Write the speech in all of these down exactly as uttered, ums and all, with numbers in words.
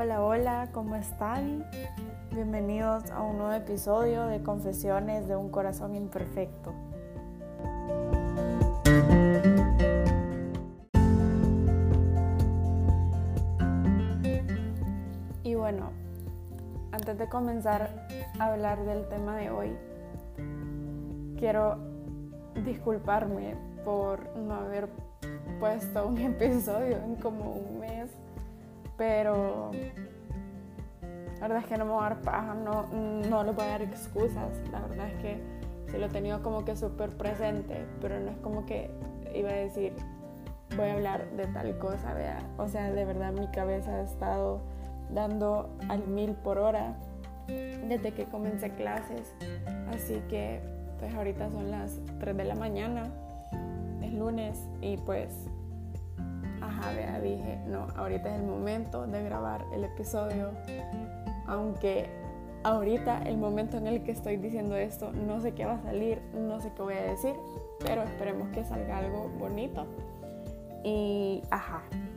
Hola, hola, ¿cómo están? Bienvenidos a un nuevo episodio de Confesiones de un Corazón Imperfecto. Y bueno, antes de comenzar a hablar del tema de hoy, quiero disculparme por no haber puesto un episodio en como un mes, pero la verdad es que no me voy a dar paja, no, no les voy a dar excusas. La verdad es que sí lo he tenido como que súper presente, pero no es como que iba a decir voy a hablar de tal cosa, vea. O sea, de verdad mi cabeza ha estado dando al mil por hora desde que comencé clases, así que pues ahorita son las tres de la mañana, es lunes y pues ajá, vea, dije no, ahorita es el momento de grabar el episodio, aunque ahorita el momento en el que estoy diciendo esto no sé qué va a salir, no sé qué voy a decir, pero esperemos que salga algo bonito y ajá.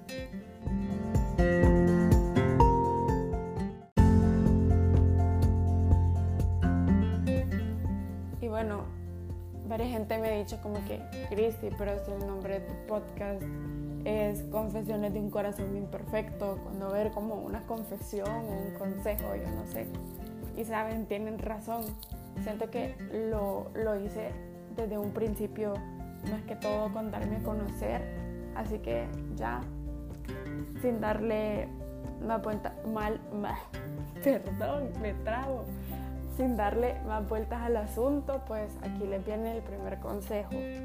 Y bueno, varias gente me ha dicho como que Cristi, pero si el nombre de tu podcast es Confesiones de un Corazón Imperfecto, cuando ver como una confesión o un consejo, yo no sé. Y saben, tienen razón. Siento que lo, lo hice desde un principio, más que todo con darme a conocer. Así que ya, sin darle más vuelta, mal, mal, perdón, me trabo. Sin darle más vueltas al asunto, pues aquí les viene el primer consejo.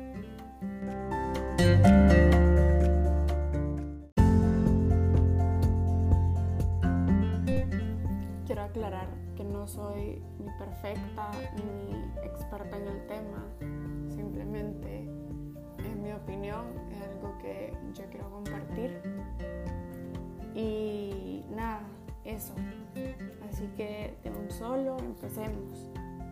Quiero aclarar que no soy ni perfecta ni experta en el tema, simplemente es mi opinión, es algo que yo quiero compartir y nada, eso. Así que de un solo empecemos.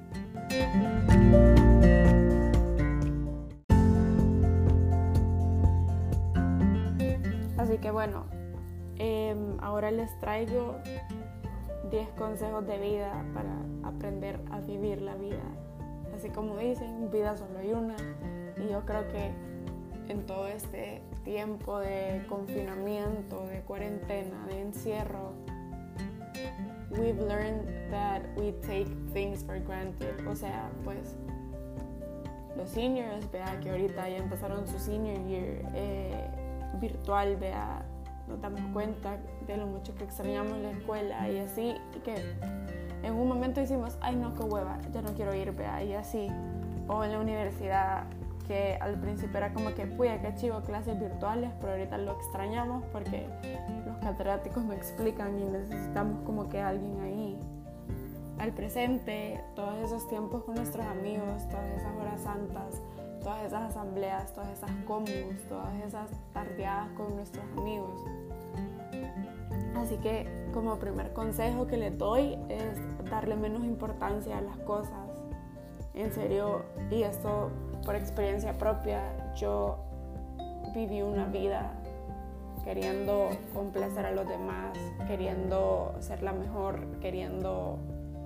Así que bueno, eh, ahora les traigo diez consejos de vida para aprender a vivir la vida. Así como dicen, vida solo hay una. Y yo creo que en todo este tiempo de confinamiento, de cuarentena, de encierro, we've learned that we take things for granted. O sea, pues los seniors, vea que ahorita ya empezaron su senior year eh, virtual, vea, nos damos cuenta de lo mucho que extrañamos la escuela y así, y que en un momento decimos, ay no, qué hueva, ya no quiero ir, vea, y así. O en la universidad, que al principio era como que, puya, qué chivo, clases virtuales, pero ahorita lo extrañamos porque los catedráticos me explican y necesitamos como que alguien ahí al presente, todos esos tiempos con nuestros amigos, todas esas horas santas, todas esas asambleas, todas esas combos, todas esas tardeadas con nuestros amigos. Así que como primer consejo que les doy es darle menos importancia a las cosas. En serio, y esto por experiencia propia, yo viví una vida queriendo complacer a los demás, queriendo ser la mejor, queriendo,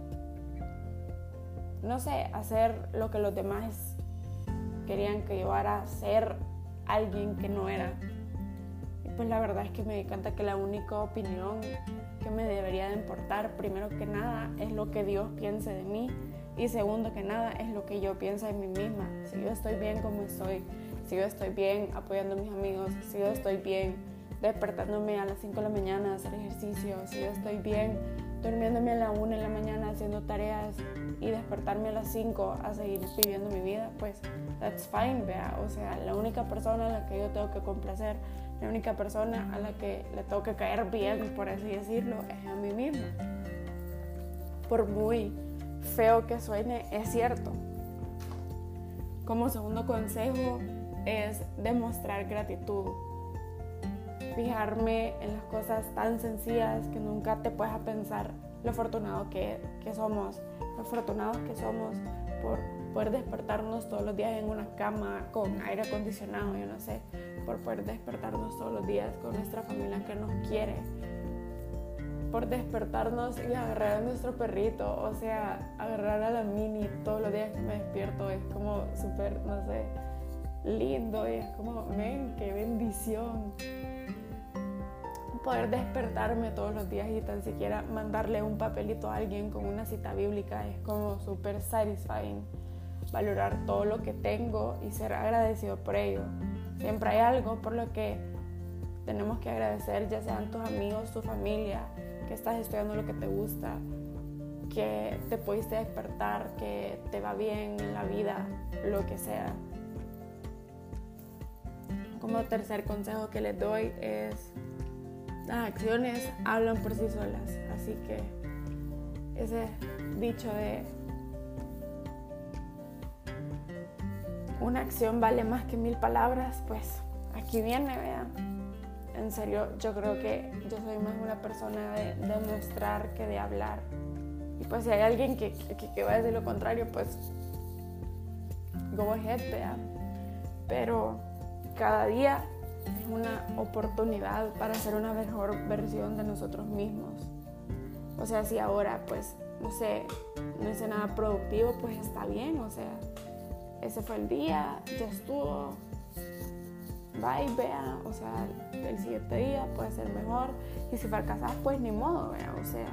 no sé, hacer lo que los demás querían que yo haga, ser alguien que no era. Y pues la verdad es que me di cuenta que la única opinión que me debería de importar, primero que nada, es lo que Dios piense de mí. Y segundo que nada, es lo que yo pienso de mí misma. Si yo estoy bien como estoy, si yo estoy bien apoyando a mis amigos, si yo estoy bien despertándome a las cinco de la mañana a hacer ejercicio, si yo estoy bien durmiéndome a la una de la mañana haciendo tareas y despertarme a las cinco a seguir viviendo mi vida, pues that's fine, vea. O sea, la única persona a la que yo tengo que complacer, la única persona a la que le tengo que caer bien, por así decirlo, es a mí misma. Por muy feo que suene, es cierto. Como segundo consejo es demostrar gratitud. Fijarme en las cosas tan sencillas que nunca te puedes pensar lo afortunado que, que somos, lo afortunados que somos por poder despertarnos todos los días en una cama con aire acondicionado, yo no sé, por poder despertarnos todos los días con nuestra familia que nos quiere, por despertarnos y agarrar a nuestro perrito, o sea, agarrar a la Mini todos los días que me despierto es como súper, no sé, lindo y es como, men, qué bendición poder despertarme todos los días y tan siquiera mandarle un papelito a alguien con una cita bíblica es como súper satisfying. Valorar todo lo que tengo y ser agradecido por ello. Siempre hay algo por lo que tenemos que agradecer, ya sean tus amigos, tu familia, que estás estudiando lo que te gusta, que te pudiste despertar, que te va bien en la vida, lo que sea. Como tercer consejo que les doy es: las acciones hablan por sí solas. Así que ese dicho de una acción vale más que mil palabras, pues aquí viene, vean. En serio, yo creo que yo soy más una persona de demostrar que de hablar. Y pues si hay alguien que, que, que va a decir lo contrario, pues go ahead, vean. Pero cada día es una oportunidad para ser una mejor versión de nosotros mismos. O sea, si ahora, pues, no sé, no hice nada productivo, pues está bien, o sea, ese fue el día, ya estuvo, bye, vea, o sea, el siguiente día puede ser mejor, y si fracasas, pues ni modo, vea, o sea.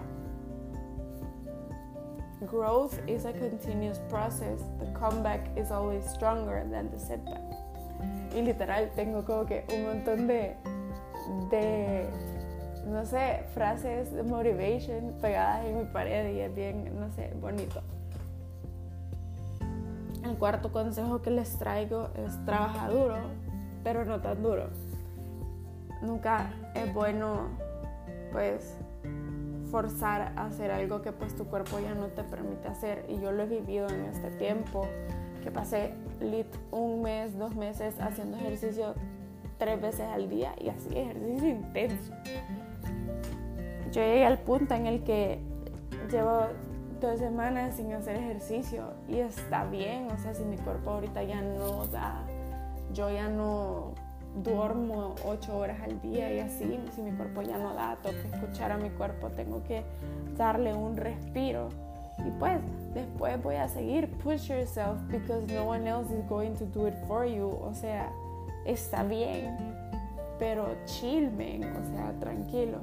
Growth is a continuous process. The comeback is always stronger than the setback. Y literal tengo como que un montón de, de, no sé, frases de motivation pegadas en mi pared y es bien, no sé, bonito. El cuarto consejo que les traigo es: trabaja duro, pero no tan duro. Nunca es bueno, pues, forzar a hacer algo que pues tu cuerpo ya no te permite hacer. Y yo lo he vivido en este tiempo, que pasé lit un mes, dos meses haciendo ejercicio tres veces al día y así, ejercicio intenso. Yo llegué al punto en el que llevo dos semanas sin hacer ejercicio y está bien, o sea, si mi cuerpo ahorita ya no da, yo ya no duermo ocho horas al día y así, si mi cuerpo ya no da, tengo que escuchar a mi cuerpo, tengo que darle un respiro. Y pues después voy a seguir. Push yourself because no one else is going to do it for you. O sea, está bien, pero chill, man. O sea, tranquilo.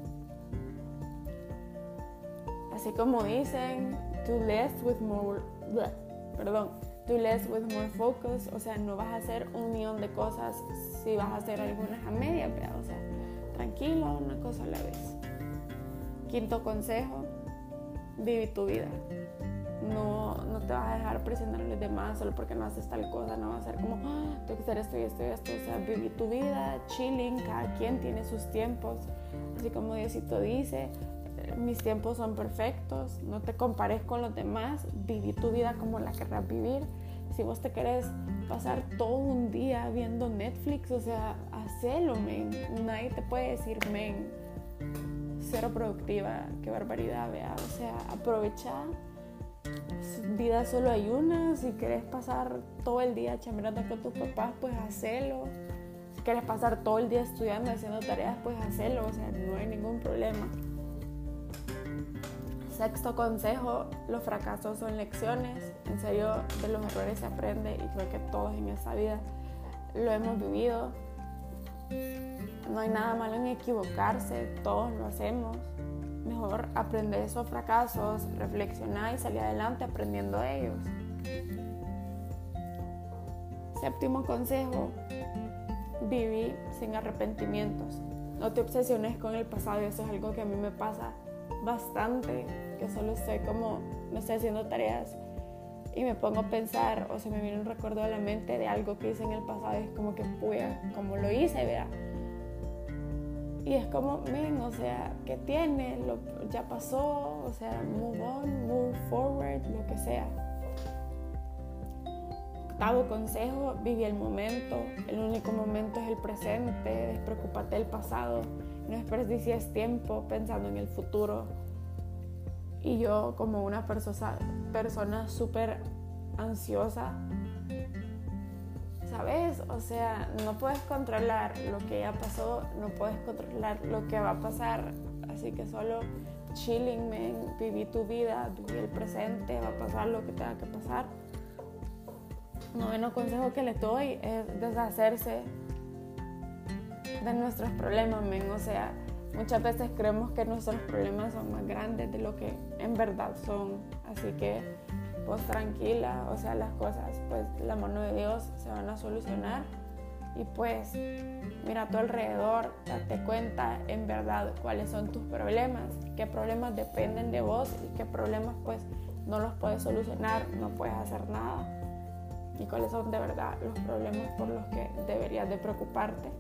Así como dicen, do less with more, bleh, perdón, do less with more focus. O sea, no vas a hacer un millón de cosas si vas a hacer algunas a media, pero, o sea, tranquilo, una cosa a la vez. Quinto consejo: vive tu vida. No, no te vas a dejar presionar a los demás solo porque no haces tal cosa. No vas a ser como, oh, tengo que hacer esto y esto y esto. O sea, vive tu vida, chilling. Cada quien tiene sus tiempos. Así como Diosito dice, mis tiempos son perfectos. No te compares con los demás. Vive tu vida como la querrás vivir. Si vos te querés pasar todo un día viendo Netflix, o sea, hacelo, men. Nadie te puede decir, men, cero productiva, qué barbaridad, vea. O sea, aprovecha, vida solo hay una. Si querés pasar todo el día chambeando con tus papás, pues hacelo. Si querés pasar todo el día estudiando, haciendo tareas, pues hacelo. O sea, no hay ningún problema. Sexto consejo: los fracasos son lecciones. En serio, de los errores se aprende y creo que todos en esta vida lo hemos vivido. No hay nada malo en equivocarse, todos lo hacemos. Mejor aprender esos fracasos, reflexionar y salir adelante aprendiendo de ellos. Séptimo consejo: viví sin arrepentimientos. No te obsesiones con el pasado, y eso es algo que a mí me pasa bastante, que solo estoy como, no estoy haciendo tareas y me pongo a pensar o se me viene un recuerdo a la mente de algo que hice en el pasado y es como que, puya, como lo hice, vea. Y es como, men, o sea, ¿qué tiene? Lo, ya pasó, o sea, move on, move forward, lo que sea. Octavo consejo: vive el momento. El único momento es el presente. Despreocúpate del pasado. No desperdicies tiempo pensando en el futuro. Y yo, como una persona, persona súper ansiosa, ¿sabes? O sea, no puedes controlar lo que ya pasó, no puedes controlar lo que va a pasar. así que solo chilling, man, viví tu vida, viví el presente, va a pasar lo que tenga que pasar. Noveno consejo que les doy es deshacerse de nuestros problemas, men. O sea, muchas veces creemos que nuestros problemas son más grandes de lo que en verdad son, así que pues tranquila, o sea, las cosas, pues la mano de Dios se van a solucionar. Y pues mira a tu alrededor, date cuenta en verdad cuáles son tus problemas, qué problemas dependen de vos y qué problemas pues no los puedes solucionar, no puedes hacer nada, y cuáles son de verdad los problemas por los que deberías de preocuparte.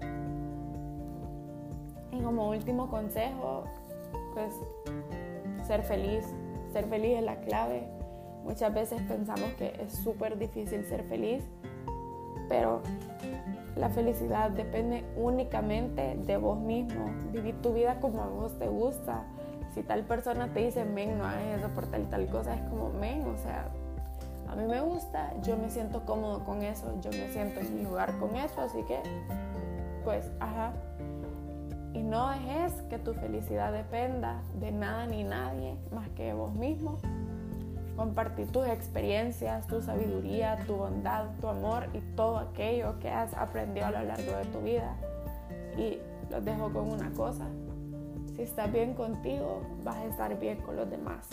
Y como último consejo, pues ser feliz, ser feliz es la clave. Muchas veces pensamos que es súper difícil ser feliz, pero la felicidad depende únicamente de vos mismo. Vivir tu vida como a vos te gusta. Si tal persona te dice, men, no hagas eso por tal y tal cosa, es como, men, o sea, a mí me gusta, yo me siento cómodo con eso, yo me siento en mi lugar con eso, así que, pues, ajá. Y no dejes que tu felicidad dependa de nada ni nadie más que de vos mismo. Compartir tus experiencias, tu sabiduría, tu bondad, tu amor y todo aquello que has aprendido a lo largo de tu vida. Y los dejo con una cosa: si estás bien contigo, vas a estar bien con los demás.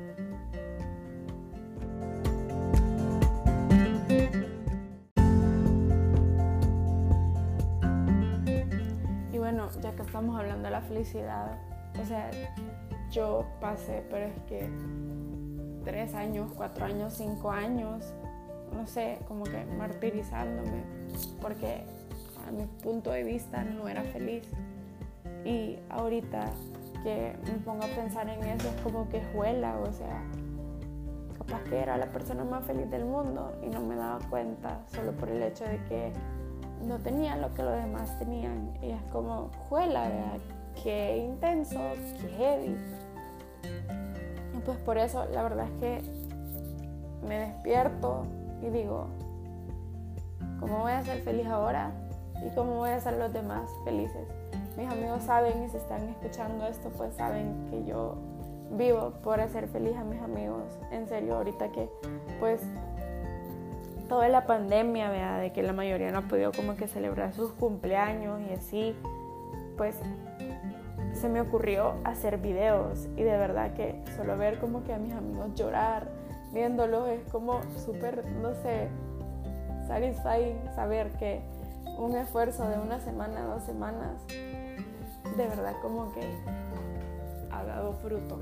Y bueno, ya que estamos hablando de la felicidad, o sea, yo pasé, pero es que tres años, cuatro años, cinco años, no sé, como que martirizándome, porque a mi punto de vista no era feliz. Y ahorita que me pongo a pensar en eso, es como que juela, o sea, capaz que era la persona más feliz del mundo y no me daba cuenta solo por el hecho de que no tenía lo que los demás tenían. Y es como, juela, ¿verdad? Qué intenso, qué heavy. Y pues por eso la verdad es que me despierto y digo, ¿cómo voy a ser feliz ahora? ¿Y cómo voy a hacer los demás felices? Mis amigos saben, y si están escuchando esto, pues saben que yo vivo por hacer feliz a mis amigos. En serio, ahorita que pues toda la pandemia, ¿verdad? De que la mayoría no ha podido como que celebrar sus cumpleaños y así, pues se me ocurrió hacer videos, y de verdad que solo ver como que a mis amigos llorar viéndolos es como súper, no sé, satisfying saber que un esfuerzo de una semana, dos semanas, de verdad como que ha dado fruto.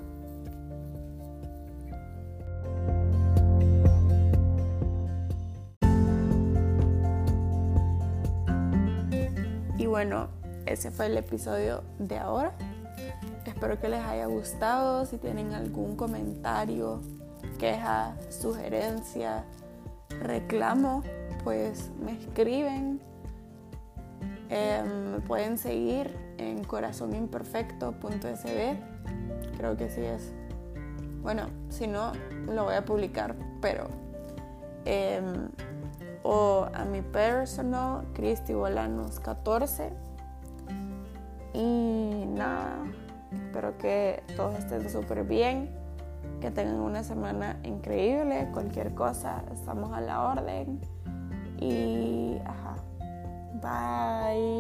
Y bueno, ese fue el episodio de ahora. Espero que les haya gustado. Si tienen algún comentario, queja, sugerencia, reclamo, pues me escriben. Eh, me pueden seguir en corazón imperfecto punto s b. Creo que sí es. Bueno, si no, lo voy a publicar, pero... Eh, o a mi personal, Cristi Bolanos catorce. Y nada, espero que todos estén súper bien, que tengan una semana increíble. Cualquier cosa, estamos a la orden. Y ajá, bye.